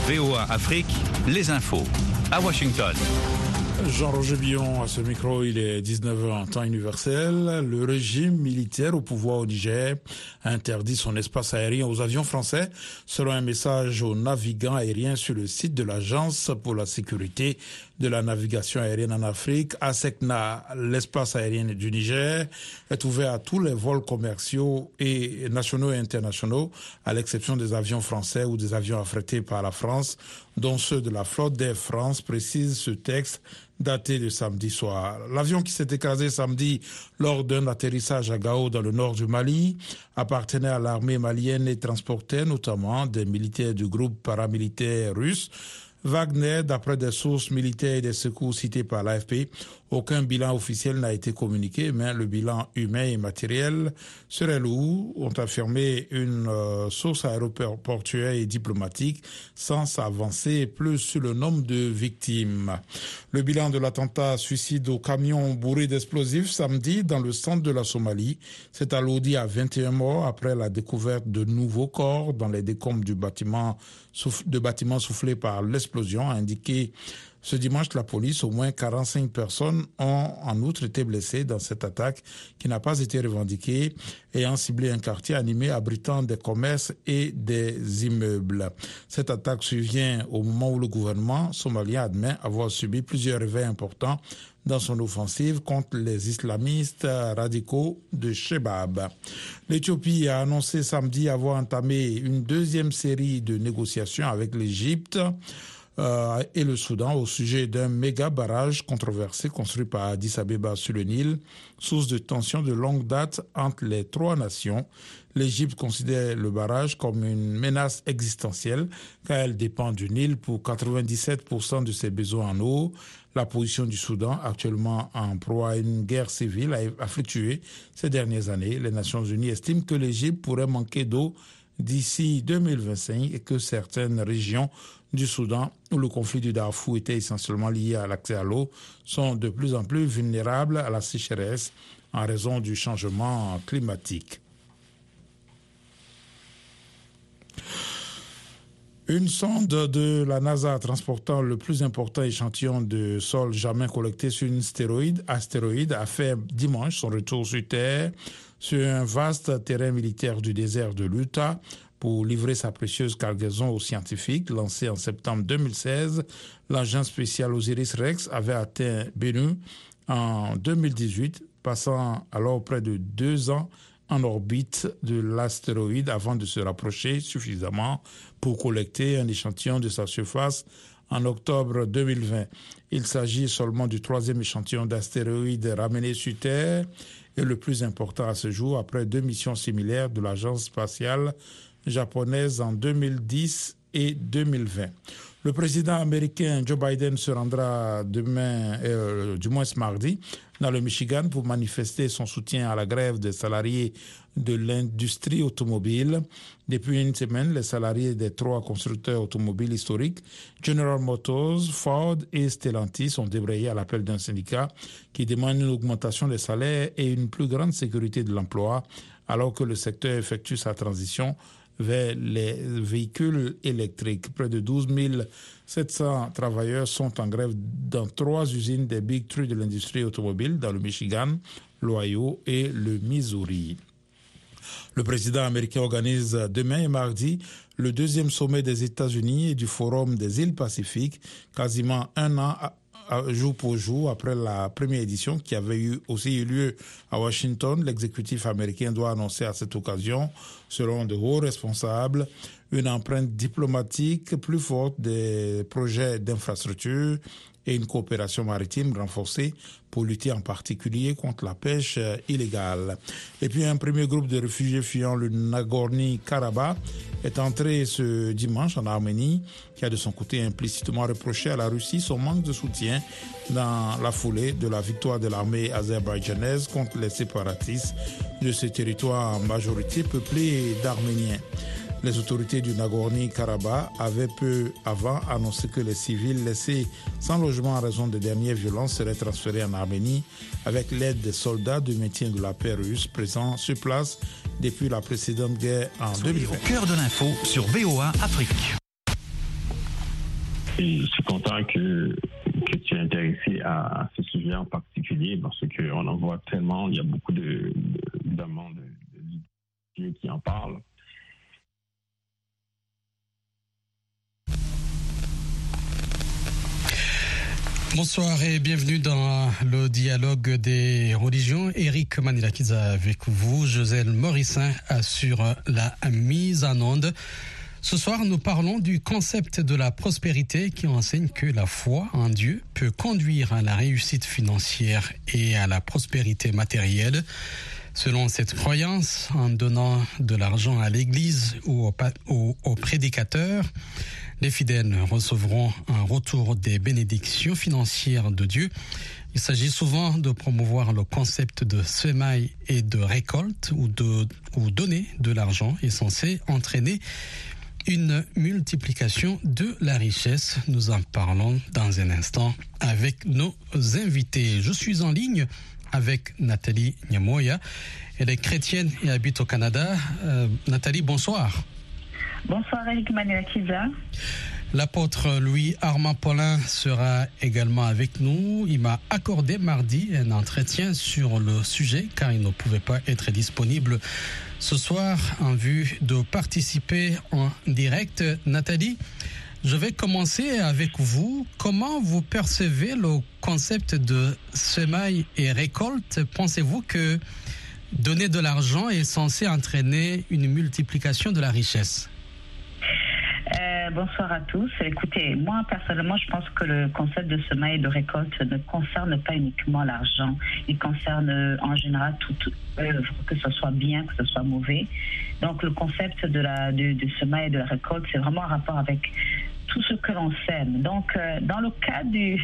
VOA Afrique, les infos. À Washington. Jean-Roger Billon à ce micro, il est 19h en temps universel. Le régime militaire au pouvoir au Niger a interdit son espace aérien aux avions français, selon un message aux navigants aériens sur le site de l'Agence pour la sécurité de la navigation aérienne en Afrique, ASECNA. L'espace aérien du Niger est ouvert à tous les vols commerciaux et nationaux et internationaux, à l'exception des avions français ou des avions affrétés par la France, dont ceux de la flotte d'Air France, précise ce texte daté de samedi soir. L'avion qui s'est écrasé samedi lors d'un atterrissage à Gao dans le nord du Mali appartenait à l'armée malienne et transportait notamment des militaires du groupe paramilitaire russe Wagner. D'après des sources militaires et des secours citées par l'AFP, aucun bilan officiel n'a été communiqué, mais le bilan humain et matériel serait lourd, ont affirmé une source aéroportuaire et diplomatique, sans s'avancer plus sur le nombre de victimes. Le bilan de l'attentat suicide au camion bourré d'explosifs samedi dans le centre de la Somalie s'est alourdi à 21 morts après la découverte de nouveaux corps dans les décombres du bâtiment soufflés par l'explosion, a indiqué ce dimanche la police. Au moins 45 personnes ont en outre été blessées dans cette attaque qui n'a pas été revendiquée, ayant ciblé un quartier animé abritant des commerces et des immeubles. Cette attaque survient au moment où le gouvernement somalien admet avoir subi plusieurs réveils importants dans son offensive contre les islamistes radicaux de Shebab. L'Éthiopie a annoncé samedi avoir entamé une deuxième série de négociations avec l'Égypte et le Soudan au sujet d'un méga barrage controversé construit par Addis Abeba sur le Nil, source de tensions de longue date entre les trois nations. L'Égypte considère le barrage comme une menace existentielle car elle dépend du Nil pour 97% de ses besoins en eau. La position du Soudan, actuellement en proie à une guerre civile, a fluctué ces dernières années. Les Nations Unies estiment que l'Égypte pourrait manquer d'eau d'ici 2025 et que certaines régions du Soudan, où le conflit du Darfour était essentiellement lié à l'accès à l'eau, sont de plus en plus vulnérables à la sécheresse en raison du changement climatique. Une sonde de la NASA transportant le plus important échantillon de sol jamais collecté sur une astéroïde a fait dimanche son retour sur Terre sur un vaste terrain militaire du désert de l'Utah pour livrer sa précieuse cargaison aux scientifiques. Lancé en septembre 2016, l'engin spécial Osiris-Rex avait atteint Bennu en 2018, passant alors près de 2 ans en orbite de l'astéroïde avant de se rapprocher suffisamment pour collecter un échantillon de sa surface en octobre 2020. Il s'agit seulement du 3e échantillon d'astéroïdes ramené sur Terre et le plus important à ce jour après 2 missions similaires de l'agence spatiale japonaise en 2010 et 2020. Le président américain Joe Biden se rendra demain, du moins ce mardi, dans le Michigan pour manifester son soutien à la grève des salariés de l'industrie automobile. Depuis une semaine, les salariés des 3 constructeurs automobiles historiques, General Motors, Ford et Stellantis, ont débrayé à l'appel d'un syndicat qui demande une augmentation des salaires et une plus grande sécurité de l'emploi, alors que le secteur effectue sa transition vers les véhicules électriques. Près de 12 700 travailleurs sont en grève dans 3 usines des Big Three de l'industrie automobile dans le Michigan, l'Ohio et le Missouri. Le président américain organise demain et mardi le 2e sommet des États-Unis et du Forum des îles Pacifiques, quasiment un an jour pour jour après la première édition qui avait aussi eu lieu à Washington. L'exécutif américain doit annoncer à cette occasion, selon de hauts responsables, une empreinte diplomatique plus forte des projets d'infrastructure et une coopération maritime renforcée pour lutter en particulier contre la pêche illégale. Et puis un premier groupe de réfugiés fuyant le Nagorno-Karabakh est entré ce dimanche en Arménie, qui a de son côté implicitement reproché à la Russie son manque de soutien dans la foulée de la victoire de l'armée azerbaïdjanaise contre les séparatistes de ce territoire en majorité peuplé d'Arméniens. Les autorités du Nagorno-Karabakh avaient peu avant annoncé que les civils laissés sans logement en raison des dernières violences seraient transférés en Arménie avec l'aide des soldats de maintien de la paix russes présents sur place depuis la précédente guerre en 2020. Au cœur de l'info sur VOA Afrique. Et je suis content que tu es intéressé à ce sujet en particulier parce qu'on en voit tellement, il y a beaucoup évidemment de leaders qui en parlent. Bonsoir et bienvenue dans le dialogue des religions. Eric Manilakiza avec vous. Joselle Morissin assure la mise en onde. Ce soir, nous parlons du concept de la prospérité qui enseigne que la foi en Dieu peut conduire à la réussite financière et à la prospérité matérielle. Selon cette croyance, en donnant de l'argent à l'Église ou aux prédicateurs, les fidèles recevront un retour des bénédictions financières de Dieu. Il s'agit souvent de promouvoir le concept de semaille et de récolte ou donner de l'argent est censé entraîner une multiplication de la richesse. Nous en parlons dans un instant avec nos invités. Je suis en ligne avec Nathalie Nyamoya. Elle est chrétienne et habite au Canada. Nathalie, bonsoir. Bonsoir Eric Manilakiza. L'apôtre Louis-Armand Paulin sera également avec nous. Il m'a accordé mardi un entretien sur le sujet car il ne pouvait pas être disponible ce soir en vue de participer en direct. Nathalie, je vais commencer avec vous. Comment vous percevez le concept de semaille et récolte? Pensez-vous que donner de l'argent est censé entraîner une multiplication de la richesse? Bonsoir à tous. Écoutez, moi personnellement, je pense que le concept de semaille et de récolte ne concerne pas uniquement l'argent. Il concerne en général toute œuvre, que ce soit bien, que ce soit mauvais. Donc le concept de semaille et de la récolte, c'est vraiment un rapport avec tout ce que l'on sème. Donc dans le cas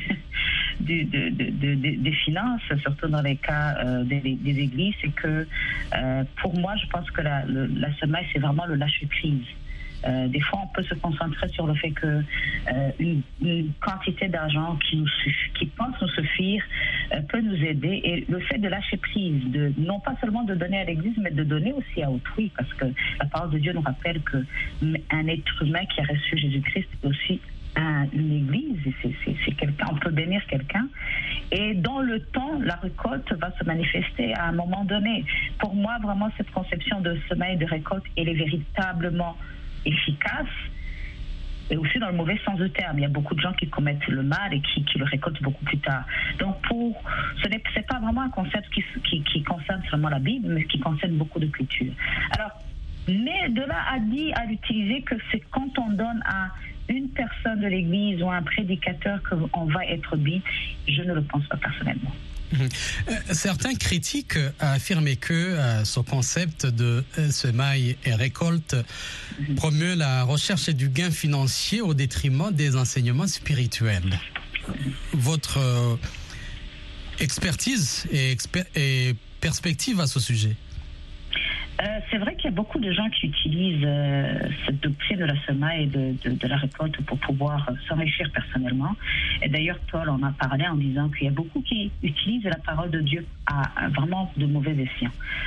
des finances, surtout dans les cas des églises, c'est que pour moi, je pense que la semaille, c'est vraiment le lâcher-prise. Des fois, on peut se concentrer sur le fait que une quantité d'argent qui pense nous suffire peut nous aider. Et le fait de lâcher prise, non pas seulement de donner à l'Église, mais de donner aussi à autrui, parce que la parole de Dieu nous rappelle qu'un être humain qui a reçu Jésus-Christ est aussi une église, c'est quelqu'un, on peut bénir quelqu'un, et dans le temps, la récolte va se manifester à un moment donné. Pour moi, vraiment, cette conception de semaille et de récolte, elle est véritablement efficace, et aussi dans le mauvais sens du terme. Il y a beaucoup de gens qui commettent le mal et qui le récoltent beaucoup plus tard. Donc c'est pas vraiment un concept qui concerne seulement la Bible, mais qui concerne beaucoup de cultures. Alors, mais de là à l'utiliser que c'est quand on donne à une personne de l'Église ou à un prédicateur qu'on va être béni, je ne le pense pas personnellement. Certains critiquent a affirmé que ce concept de semaille et récolte promeut la recherche du gain financier au détriment des enseignements spirituels. Votre expertise et perspective à ce sujet? C'est vrai qu'il y a beaucoup de gens qui utilisent cette doctrine de la semaille et de la récolte pour pouvoir s'enrichir personnellement. Et d'ailleurs, Paul en a parlé en disant qu'il y a beaucoup qui utilisent la parole de Dieu à vraiment de mauvais escients.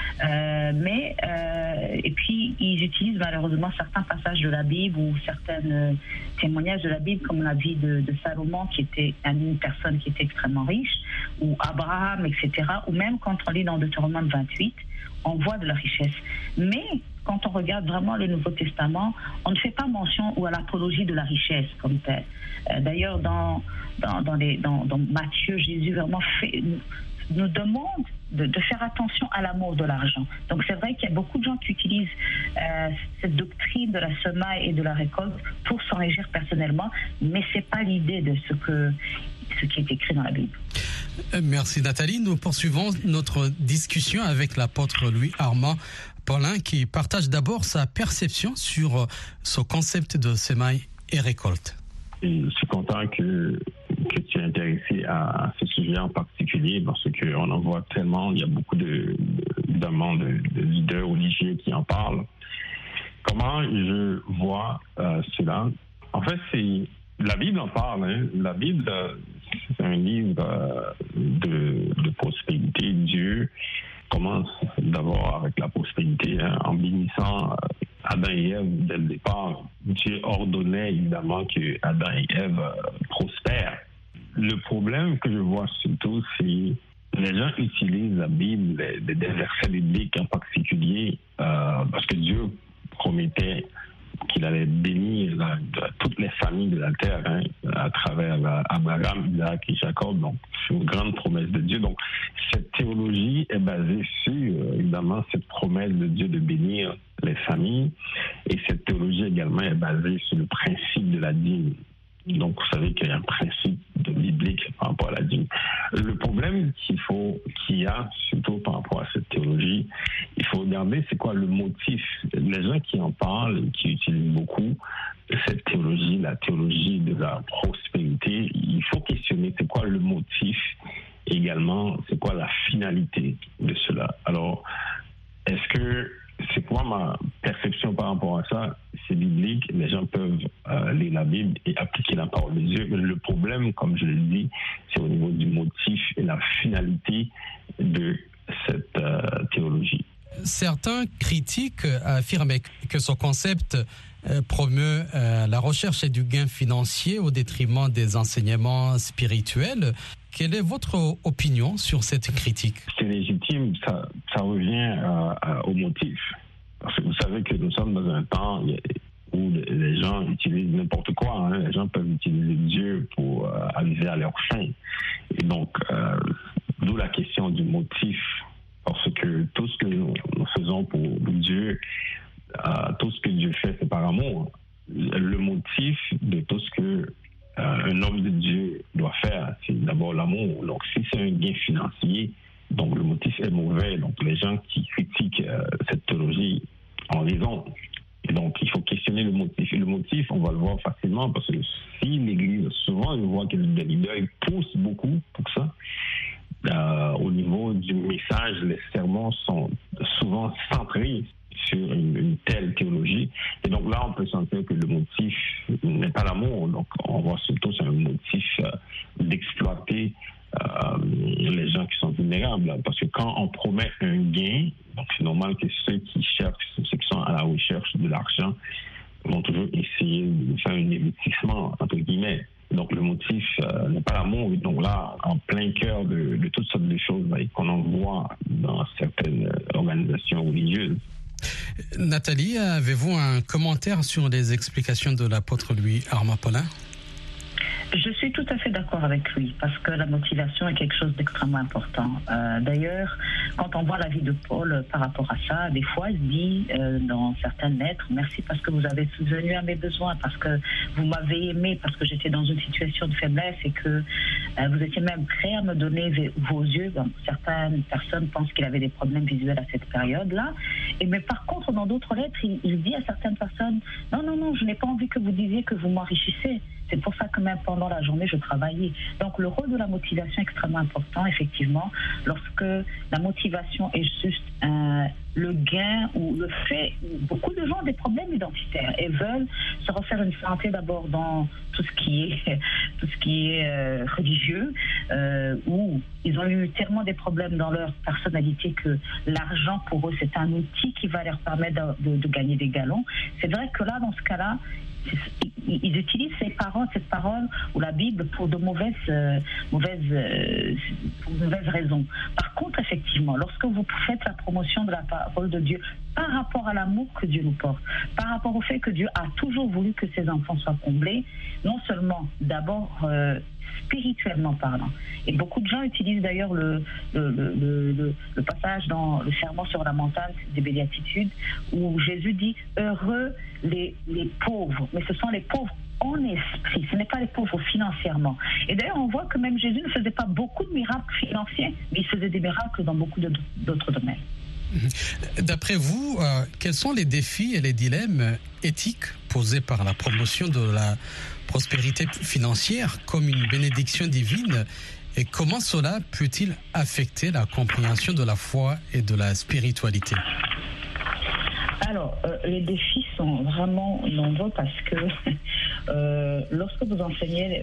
Et puis, ils utilisent malheureusement certains passages de la Bible ou certains témoignages de la Bible, comme la vie de Salomon, qui était une personne qui était extrêmement riche, ou Abraham, etc. Ou même quand on lit dans Deutéronome 28, on voit de la richesse. Mais quand on regarde vraiment le Nouveau Testament, on ne fait pas mention ou à l'apologie de la richesse comme telle. D'ailleurs, dans Matthieu, Jésus vraiment nous demande de faire attention à l'amour de l'argent. Donc c'est vrai qu'il y a beaucoup de gens qui utilisent cette doctrine de la semaille et de la récolte pour s'enrichir personnellement, mais c'est pas l'idée de ce qui est écrit dans la Bible. Merci Nathalie. Nous poursuivons notre discussion avec l'apôtre Louis-Armand Paulin qui partage d'abord sa perception sur ce concept de semaille et récolte. Je suis content que tu es intéressé à ce sujet en particulier parce qu'on en voit tellement, il y a beaucoup évidemment de leaders religieux qui en parlent. Comment je vois cela? En fait, la Bible en parle. Hein. La Bible, c'est un livre de prospérité. Dieu commence d'abord avec la prospérité, en bénissant Adam et Ève, dès le départ, Dieu ordonnait évidemment que Adam et Ève prospèrent. Le problème que je vois surtout, c'est les gens utilisent la Bible, des versets bibliques en particulier, parce que Dieu promettait qu'il allait bénir toutes les familles de la terre, à travers Abraham, Isaac et Jacob. Donc, c'est une grande promesse de Dieu. Donc, cette théologie est basée sur, évidemment, cette promesse de Dieu de bénir les familles. Et cette théologie également est basée sur le principe de la dîme. Donc, vous savez qu'il y a un principe biblique par rapport à la dîme. Le problème qu'il y a, surtout par rapport à cette théologie, il faut regarder c'est quoi le motif. Les gens qui en parlent, qui utilisent beaucoup cette théologie, la théologie de la prospérité, il faut questionner c'est quoi le motif, et également c'est quoi la finalité de cela. Alors, c'est quoi ma perception par rapport à ça? C'est biblique, les gens peuvent lire la Bible et appliquer la parole de Dieu. Mais le problème, comme je l'ai dit, c'est au niveau du motif et la finalité de cette théologie. Certains critiques affirment que ce concept promeut la recherche et du gain financier au détriment des enseignements spirituels. Quelle est votre opinion sur cette critique? C'est légitime, ça revient au motif. Parce que vous savez que nous sommes dans un temps où les gens utilisent n'importe quoi. Les gens peuvent utiliser Dieu pour arriver à leur fin. Et donc, d'où la question du motif. Parce que tout ce que nous faisons pour Dieu, tout ce que Dieu fait, c'est par amour. Le motif de tout ce que un homme de Dieu doit faire, c'est d'abord l'amour. Donc, si c'est un gain financier, donc le motif est mauvais. Donc, les gens qui critiquent cette théologie ont raison. Et donc, il faut questionner le motif. Et le motif, on va le voir facilement parce que si l'Église, souvent, on voit que les leaders poussent beaucoup pour ça. Au niveau du message, les sermons sont souvent centrés sur une telle théologie. Et donc là, on peut sentir que le motif n'est pas l'amour. Donc, on voit surtout c'est un motif d'exploiter les gens qui sont vulnérables. Parce que quand on promet un gain, donc c'est normal que ceux qui sont à la recherche de l'argent vont toujours essayer de faire un investissement, entre guillemets. Donc, le motif n'est pas l'amour. Et donc là, en plein cœur de toutes sortes de choses qu'on en voit dans certaines organisations religieuses. Nathalie, avez-vous un commentaire sur les explications de l'apôtre Louis Armand Paulin? Je suis tout à fait d'accord avec lui parce que la motivation est quelque chose d'extrêmement important. D'ailleurs, quand on voit la vie de Paul par rapport à ça, des fois il dit dans certaines lettres, merci parce que vous avez souvenu à mes besoins, parce que vous m'avez aimé, parce que j'étais dans une situation de faiblesse et que vous étiez même prêt à me donner vos yeux. Bon, certaines personnes pensent qu'il avait des problèmes visuels à cette période-là. Mais par contre, dans d'autres lettres, il dit à certaines personnes, non, je n'ai pas envie que vous disiez que vous m'enrichissez. C'est pour ça que même pendant la journée, je travaillais. Donc, le rôle de la motivation est extrêmement important, effectivement. Lorsque la motivation est juste le gain ou le fait, beaucoup de gens ont des problèmes identitaires et veulent se refaire une santé d'abord dans tout ce qui est religieux, où ils ont eu tellement des problèmes dans leur personnalité que l'argent pour eux c'est un outil qui va leur permettre de gagner des galons. C'est vrai que là, dans ce cas-là, ils utilisent cette parole ou la Bible pour de mauvaises raisons. Par contre, effectivement, lorsque vous faites la promotion de la parole de Dieu par rapport à l'amour que Dieu nous porte, par rapport au fait que Dieu a toujours voulu que ses enfants soient comblés, non seulement d'abord spirituellement parlant. Et beaucoup de gens utilisent d'ailleurs le passage dans le sermon sur la montagne des béatitudes où Jésus dit « Heureux les pauvres », mais ce sont les pauvres en esprit, ce n'est pas les pauvres financièrement. Et d'ailleurs, on voit que même Jésus ne faisait pas beaucoup de miracles financiers, mais il faisait des miracles dans beaucoup d'autres domaines. D'après vous, quels sont les défis et les dilemmes éthiques posés par la promotion de la prospérité financière comme une bénédiction divine et comment cela peut-il affecter la compréhension de la foi et de la spiritualité? Alors, les défis sont vraiment nombreux parce que lorsque vous enseignez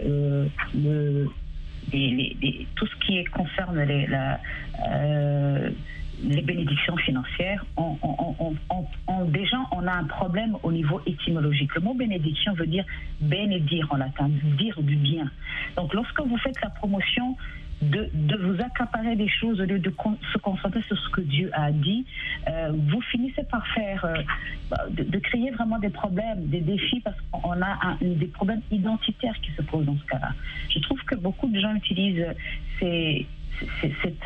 tout ce qui concerne les bénédictions financières, déjà on a un problème au niveau étymologique. Le mot bénédiction veut dire bénédire en latin, dire du bien. Donc lorsque vous faites la promotion de vous accaparer des choses au lieu de se concentrer sur ce que Dieu a dit, vous finissez par faire, de créer vraiment des problèmes, des défis, parce qu'on a des problèmes identitaires qui se posent dans ce cas-là. Je trouve que beaucoup de gens utilisent cette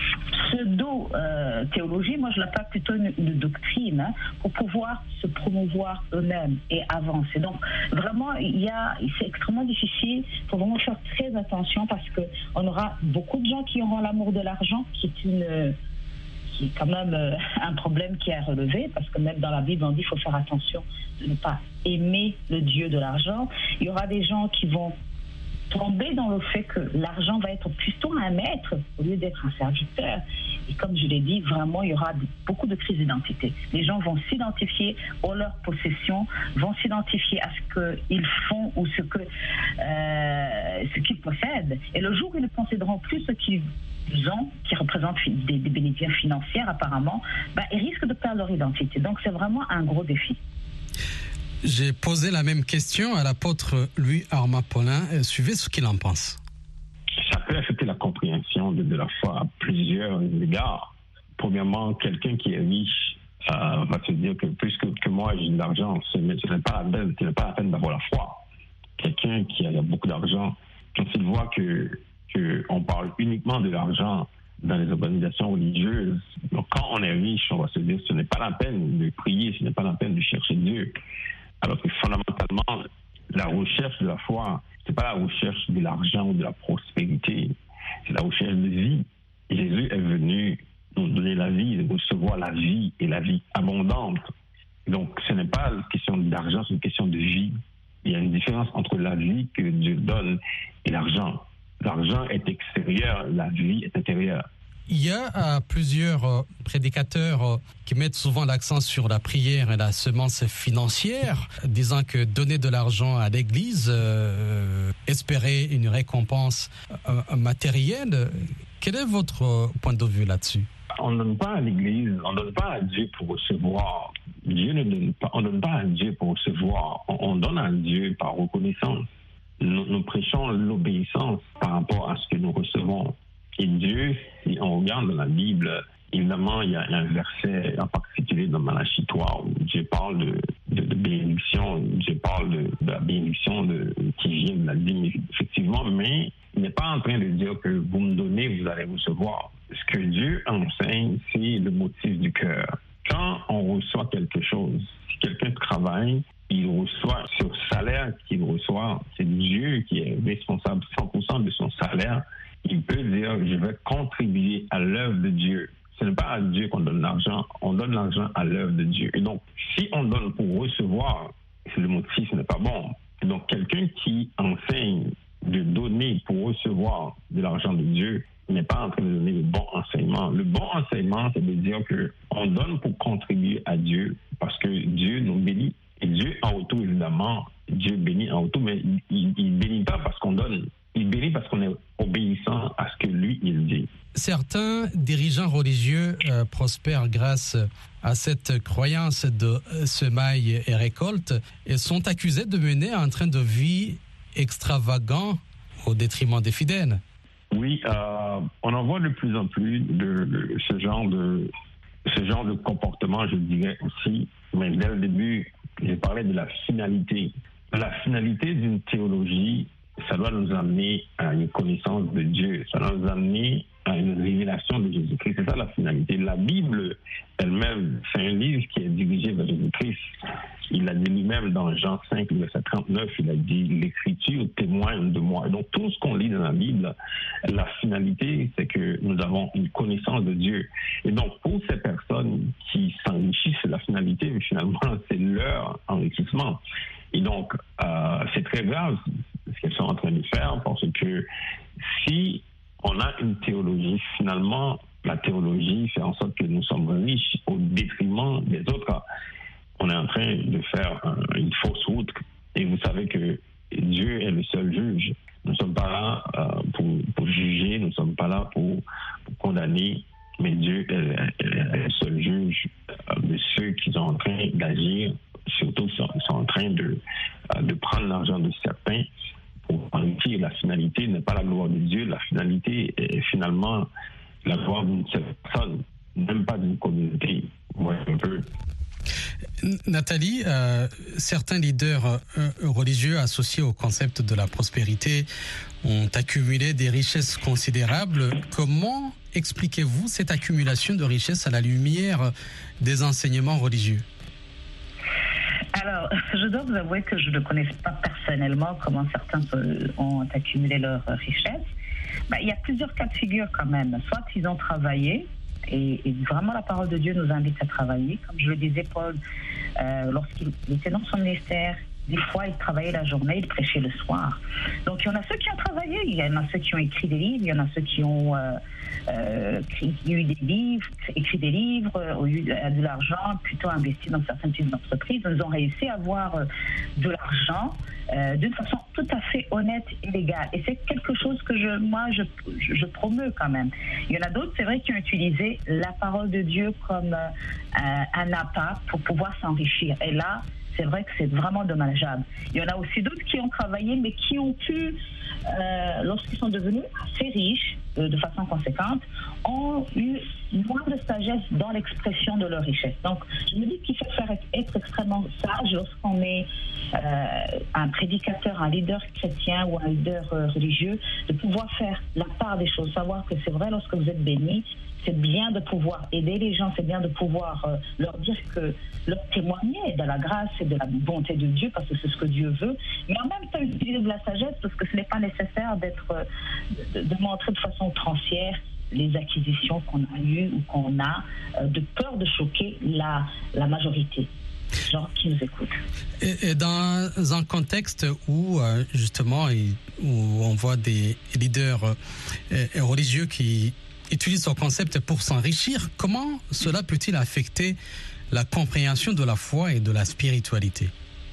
pseudo-théologie, moi je l'appelle plutôt une doctrine, hein, pour pouvoir se promouvoir eux-mêmes et avancer. Donc vraiment, c'est extrêmement difficile, il faut vraiment faire très attention parce qu'on aura beaucoup de gens qui auront l'amour de l'argent, qui est quand même un problème qui est à relever, parce que même dans la Bible on dit qu'il faut faire attention de ne pas aimer le Dieu de l'argent. Il y aura des gens qui vont tomber dans le fait que l'argent va être plutôt un maître au lieu d'être un serviteur. Et comme je l'ai dit, vraiment, il y aura beaucoup de crises d'identité. Les gens vont s'identifier à leur possession, vont s'identifier à ce qu'ils font ou ce qu'ils possèdent. Et le jour où ils ne posséderont plus ce qu'ils ont, qui représentent des bénédictions financières apparemment, ils risquent de perdre leur identité. Donc c'est vraiment un gros défi. J'ai posé la même question à l'apôtre Louis Armand Paulin. Suivez ce qu'il en pense. Ça peut affecter la compréhension de la foi à plusieurs égards. Premièrement, quelqu'un qui est riche va se dire que puisque moi j'ai de l'argent, ce n'est pas la peine d'avoir la foi. Quelqu'un qui a beaucoup d'argent, quand il voit qu'on parle uniquement de l'argent dans les organisations religieuses, donc quand on est riche, on va se dire que ce n'est pas la peine de prier, ce n'est pas la peine de chercher Dieu. Alors que fondamentalement, la recherche de la foi, ce n'est pas la recherche de l'argent ou de la prospérité, c'est la recherche de vie. Jésus est venu nous donner la vie, recevoir la vie et la vie abondante. Donc ce n'est pas une question d'argent, c'est une question de vie. Il y a une différence entre la vie que Dieu donne et l'argent. L'argent est extérieur, la vie est intérieure. Il y a plusieurs prédicateurs qui mettent souvent l'accent sur la prière et la semence financière, disant que donner de l'argent à l'Église, espérer une récompense matérielle. Quel est votre point de vue là-dessus? On ne donne pas à l'Église, on ne donne pas à Dieu pour recevoir. On ne donne pas à Dieu pour recevoir. On donne à Dieu par reconnaissance. Nous prêchons l'obéissance par rapport à ce que nous recevons. Et Dieu, si on regarde dans la Bible, évidemment, il y a un verset en particulier dans Malachie 3 où Dieu parle de bénédiction, Dieu parle de la bénédiction qui vient de la dîme, effectivement, mais il n'est pas en train de dire que vous me donnez, vous allez recevoir. Ce que Dieu enseigne, c'est le motif du cœur. Quand on reçoit quelque chose, si quelqu'un travaille, il reçoit ce salaire qu'il reçoit, c'est Dieu qui est responsable 100% de son salaire. Il peut dire, je vais contribuer à l'œuvre de Dieu. Ce n'est pas à Dieu qu'on donne l'argent, on donne l'argent à l'œuvre de Dieu. Et donc, si on donne pour recevoir, le motif n'est pas bon. Et donc, quelqu'un qui enseigne de donner pour recevoir de l'argent de Dieu n'est pas en train de donner le bon enseignement. Le bon enseignement, c'est de dire qu'on donne pour contribuer à Dieu parce que Dieu nous bénit. Et Dieu, en retour, évidemment, Dieu bénit en retour, mais il ne bénit pas parce qu'on donne. Il bénit parce qu'on est obéissant à ce que lui, il dit. Certains dirigeants religieux prospèrent grâce à cette croyance de semaille et récolte et sont accusés de mener un train de vie extravagant au détriment des fidèles. Oui, on en voit de plus en plus de ce genre de comportement, je dirais aussi. Mais dès le début, j'ai parlé de la finalité. La finalité d'une théologie, ça doit nous amener à une connaissance de Dieu. Ça doit nous amener à une révélation de Jésus-Christ. C'est ça la finalité. La Bible elle-même, c'est un livre qui est dirigé vers Jésus-Christ. Il a dit lui-même dans Jean 5, verset 39, il a dit « L'Écriture témoigne de moi ». Et donc tout ce qu'on lit dans la Bible, la finalité, c'est que nous avons une connaissance de Dieu. Et donc pour ces personnes qui s'enrichissent, la finalité, finalement, c'est leur enrichissement. Et donc, c'est très grave ce qu'elles sont en train de faire parce que si on a une théologie, finalement, la théologie fait en sorte que nous sommes riches au détriment des autres. On est en train de faire une fausse route. Et vous savez que Dieu est le seul juge. Nous ne sommes pas là pour juger, nous ne sommes pas là pour condamner, mais Dieu est de prendre l'argent de certains pour enrichir. La finalité n'est pas la gloire de Dieu, la finalité est finalement la gloire d'une seule personne, même pas d'une communauté. Ouais, un peu. Nathalie, certains leaders religieux associés au concept de la prospérité ont accumulé des richesses considérables. Comment expliquez-vous cette accumulation de richesses à la lumière des enseignements religieux ? Alors, je dois vous avouer que je ne connais pas personnellement comment certains ont accumulé leurs richesses. Il y a plusieurs cas de figure quand même. Soit ils ont travaillé, et vraiment la parole de Dieu nous invite à travailler. Comme je le disais, Paul, lorsqu'il était dans son ministère, des fois, il travaillait la journée, il prêchait le soir. Donc, il y en a ceux qui ont travaillé, il y en a ceux qui ont écrit des livres, il y en a ceux qui ont eu des livres, écrit des livres, ont eu de l'argent, plutôt investi dans certaines petites entreprises. Ils ont réussi à avoir de l'argent d'une façon tout à fait honnête et légale. Et c'est quelque chose que je promeux quand même. Il y en a d'autres, c'est vrai, qui ont utilisé la parole de Dieu comme un appât pour pouvoir s'enrichir. Et là, c'est vrai que c'est vraiment dommageable. Il y en a aussi d'autres qui ont travaillé, mais qui ont pu, lorsqu'ils sont devenus assez riches, de façon conséquente, ont eu moins de sagesse dans l'expression de leur richesse. Donc, je me dis qu'il faut être extrêmement sage lorsqu'on est un prédicateur, un leader chrétien ou un leader religieux, de pouvoir faire la part des choses, savoir que c'est vrai, lorsque vous êtes béni, c'est bien de pouvoir aider les gens, c'est bien de pouvoir leur dire que leur témoigner de la grâce et de la bonté de Dieu, parce que c'est ce que Dieu veut, mais en même temps utiliser de la sagesse, parce que ce n'est pas nécessaire de montrer de façon outrancière les acquisitions qu'on a eues ou qu'on a, de peur de choquer la majorité. Gens qui nous écoutent. Et dans un contexte où justement où on voit des leaders religieux qui utilisent ce concept pour s'enrichir, comment cela peut-il affecter la compréhension de la foi et de la spiritualité ?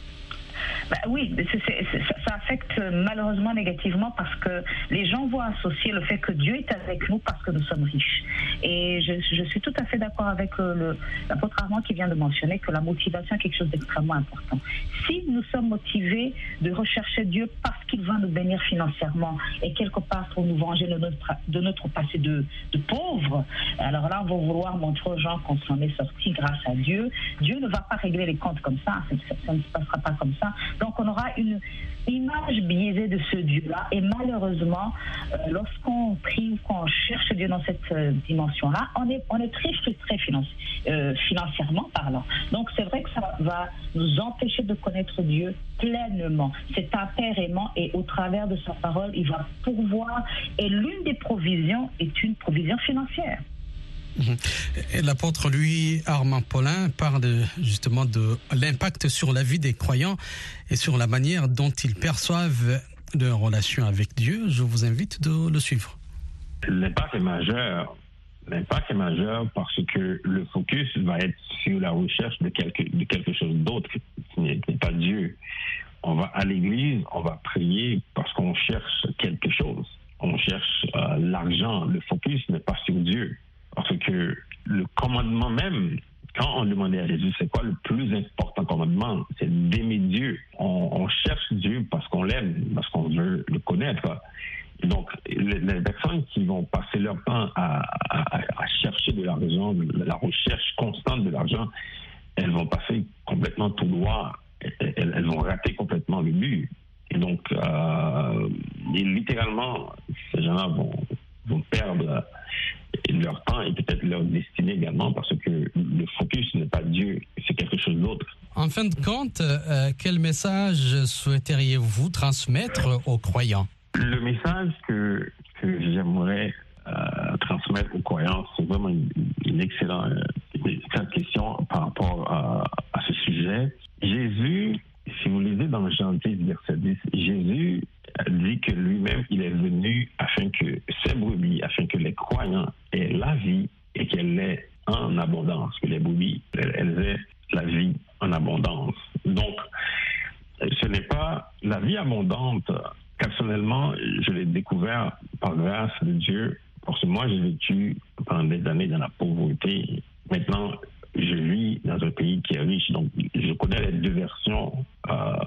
Oui, ça affecte malheureusement négativement parce que les gens vont associer le fait que Dieu est avec nous parce que nous sommes riches. Et je suis tout à fait d'accord avec l'apôtre Armand qui vient de mentionner que la motivation est quelque chose d'extrêmement important. Si nous sommes motivés de rechercher Dieu parce qu'il va nous bénir financièrement et quelque part pour nous venger de notre passé de pauvres, alors là on va vouloir montrer aux gens qu'on s'en est sorti grâce à Dieu. Dieu ne va pas régler les comptes comme ça, ça ne se passera pas comme ça. Donc on aura une image biaisée de ce Dieu-là et malheureusement, lorsqu'on prie ou qu'on cherche Dieu dans cette dimension-là, on est très frustré financièrement parlant. Donc c'est vrai que ça va nous empêcher de connaître Dieu pleinement. C'est un père aimant et au travers de sa parole, il va pourvoir et l'une des provisions est une provision financière. Et l'apôtre Louis Armand Paulin parle justement de l'impact sur la vie des croyants et sur la manière dont ils perçoivent leur relation avec Dieu. Je vous invite de le suivre. L'impact est majeur. L'impact est majeur parce que le focus va être sur la recherche de quelque chose d'autre qui n'est pas Dieu. On va à l'église, on va prier parce qu'on cherche quelque chose. On cherche l'argent. Le focus n'est pas sur Dieu. Parce que le commandement même, quand on demandait à Jésus, c'est quoi le plus important commandement? C'est d'aimer Dieu. On cherche Dieu parce qu'on l'aime, parce qu'on veut le connaître. Et donc, les personnes qui vont passer leur temps à chercher de l'argent, la recherche constante de l'argent, elles vont passer complètement tout droit. Elles vont rater complètement le but. Et donc, littéralement, ces gens-là vont perdre leur temps et peut-être leur destinée également parce que le focus n'est pas Dieu, c'est quelque chose d'autre. En fin de compte, quel message souhaiteriez-vous transmettre aux croyants? Le message que j'aimerais transmettre aux croyants, c'est vraiment une excellente question par rapport à ce sujet. Jésus, si vous lisez dans Jean 10, verset 10, Jésus dit que lui-même, il est venu afin que ses brebis, afin que les croyants aient la vie et qu'elle l'ait en abondance, que les brebis, elles aient la vie en abondance. Donc, ce n'est pas la vie abondante. Personnellement, je l'ai découvert par grâce de Dieu, parce que moi, j'ai vécu pendant des années dans la pauvreté. Maintenant, je vis dans un pays qui est riche, donc je connais les deux versions de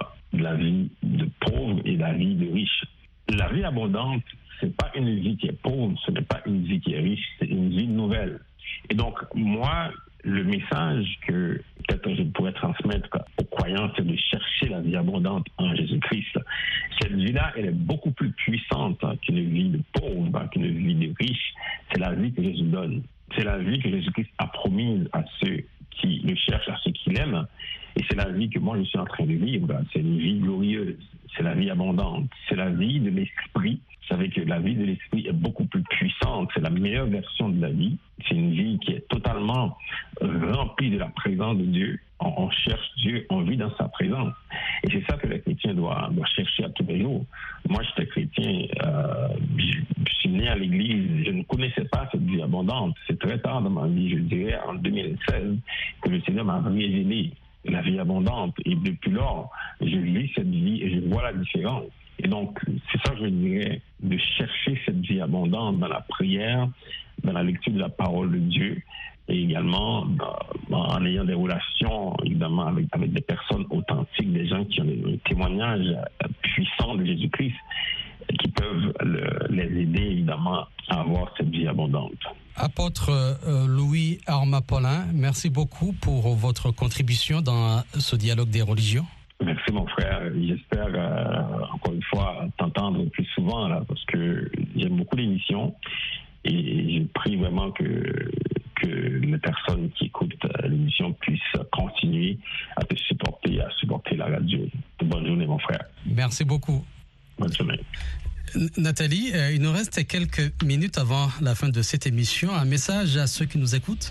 la vie de pauvre et la vie de riche. La vie abondante, c'est pas une vie qui est pauvre, ce n'est pas une vie qui est riche, c'est une vie nouvelle. Et donc, moi, le message que peut-être je pourrais transmettre aux croyants, c'est de chercher la vie abondante en Jésus-Christ. Cette vie-là, elle est beaucoup plus puissante qu'une vie de pauvre, qu'une vie de riche. C'est la vie que Jésus donne. C'est la vie que Jésus-Christ a promise à ceux qui le cherchent, à ceux qui l'aiment. Et c'est la vie que moi, je suis en train de vivre. C'est une vie glorieuse. C'est la vie abondante. C'est la vie de l'esprit. Vous savez que la vie de l'esprit est beaucoup plus puissante. C'est la meilleure version de la vie. C'est une vie qui est totalement remplie de la présence de Dieu. On cherche Dieu, on vit dans sa présence. Et c'est ça que les chrétiens doivent chercher à tous les jours. Moi, j'étais chrétien, je suis né à l'église, je ne connaissais pas cette vie abondante. C'est très tard dans ma vie, je dirais en 2016, que le Seigneur m'a révélé la vie abondante. Et depuis lors, je vis cette vie et je vois la différence. Et donc, c'est ça que je dirais, de chercher cette vie abondante dans la prière, dans la lecture de la parole de Dieu, et également en ayant des relations, évidemment, avec des personnes authentiques, des gens qui ont des témoignages puissants de Jésus-Christ, qui peuvent les aider, évidemment, à avoir cette vie abondante. Apôtre Louis Arma-Paulin, merci beaucoup pour votre contribution dans ce dialogue des religions. Merci mon frère, j'espère encore une fois t'entendre plus souvent là, parce que j'aime beaucoup l'émission et je prie vraiment que les personnes qui écoutent l'émission puissent continuer à te supporter, à supporter la radio. Bonne journée mon frère. Merci beaucoup. Bonne journée. Nathalie, il nous reste quelques minutes avant la fin de cette émission. Un message à ceux qui nous écoutent?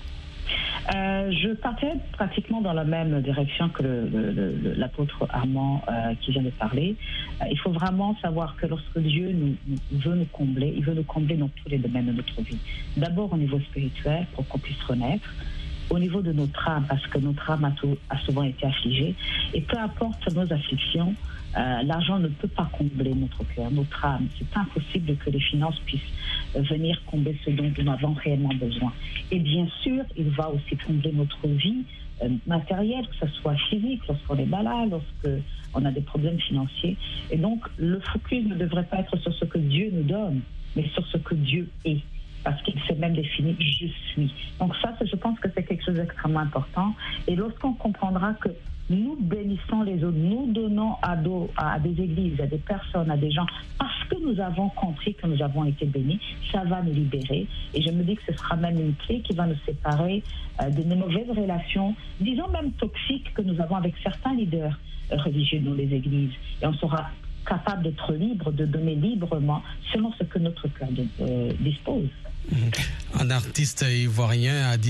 Je partais pratiquement dans la même direction que l'apôtre Armand qui vient de parler. Il faut vraiment savoir que lorsque Dieu veut nous combler, il veut nous combler dans tous les domaines de notre vie. D'abord au niveau spirituel, pour qu'on puisse renaître. Au niveau de notre âme, parce que notre âme a souvent été affligée. Et peu importe nos afflictions, l'argent ne peut pas combler notre cœur, notre âme. C'est impossible que les finances puissent venir combler ce dont nous avons réellement besoin. Et bien sûr, il va aussi combler notre vie matérielle, que ce soit physique, lorsqu'on est malade, lorsqu'on a des problèmes financiers. Et donc, le focus ne devrait pas être sur ce que Dieu nous donne, mais sur ce que Dieu est. Parce qu'il s'est même défini « je suis ». Donc ça, je pense que c'est quelque chose d'extrêmement important. Et lorsqu'on comprendra que nous bénissons les autres, nous donnons à des églises, à des personnes, à des gens, parce que nous avons compris que nous avons été bénis, ça va nous libérer. Et je me dis que ce sera même une clé qui va nous séparer de nos mauvaises relations, disons même toxiques, que nous avons avec certains leaders religieux dans les églises. Et on sera capable d'être libre, de donner librement selon ce que notre cœur dispose. Un artiste ivoirien a dit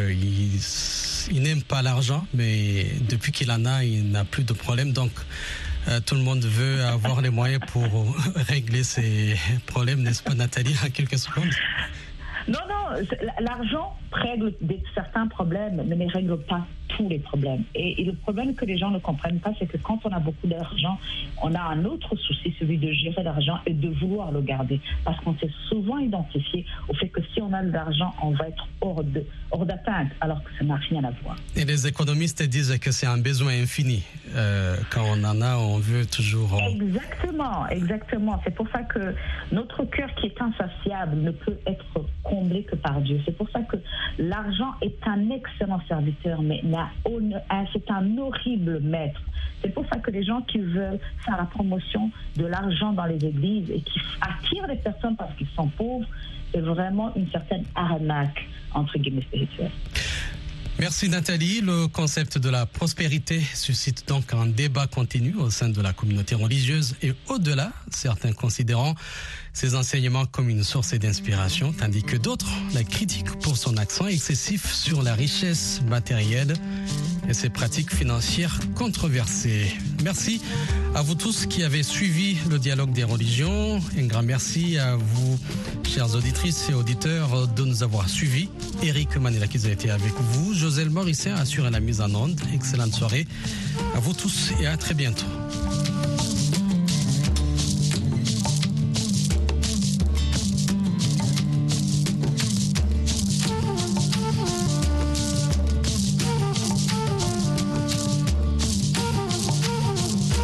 qu'il n'aime pas l'argent, mais depuis qu'il en a, il n'a plus de problème. Donc, tout le monde veut avoir les moyens pour régler ses problèmes, n'est-ce pas, Nathalie, en quelques secondes? Non, l'argent règle certains problèmes, mais ne règle pas tous les problèmes. Et le problème que les gens ne comprennent pas, c'est que quand on a beaucoup d'argent, on a un autre souci, celui de gérer l'argent et de vouloir le garder. Parce qu'on s'est souvent identifié au fait que si on a de l'argent, on va être hors d'atteinte, alors que ça n'a rien à voir. Et les économistes disent que c'est un besoin infini. Quand on en a, on veut toujours... Exactement. C'est pour ça que notre cœur qui est insatiable ne peut être comblé que par Dieu. C'est pour ça que l'argent est un excellent serviteur, mais c'est un horrible maître. C'est pour ça que les gens qui veulent faire la promotion de l'argent dans les églises et qui attirent les personnes parce qu'ils sont pauvres, c'est vraiment une certaine arnaque, entre guillemets, spirituelle. Merci Nathalie. Le concept de la prospérité suscite donc un débat continu au sein de la communauté religieuse et au-delà, certains considérant ces enseignements comme une source d'inspiration, tandis que d'autres la critiquent pour son accent excessif sur la richesse matérielle et ses pratiques financières controversées. Merci à vous tous qui avez suivi le dialogue des religions. Un grand merci à vous, chères auditrices et auditeurs, de nous avoir suivis. Eric Manila-Kiza a été avec vous. Joselle Morisset assure la mise en onde. Excellente soirée à vous tous et à très bientôt.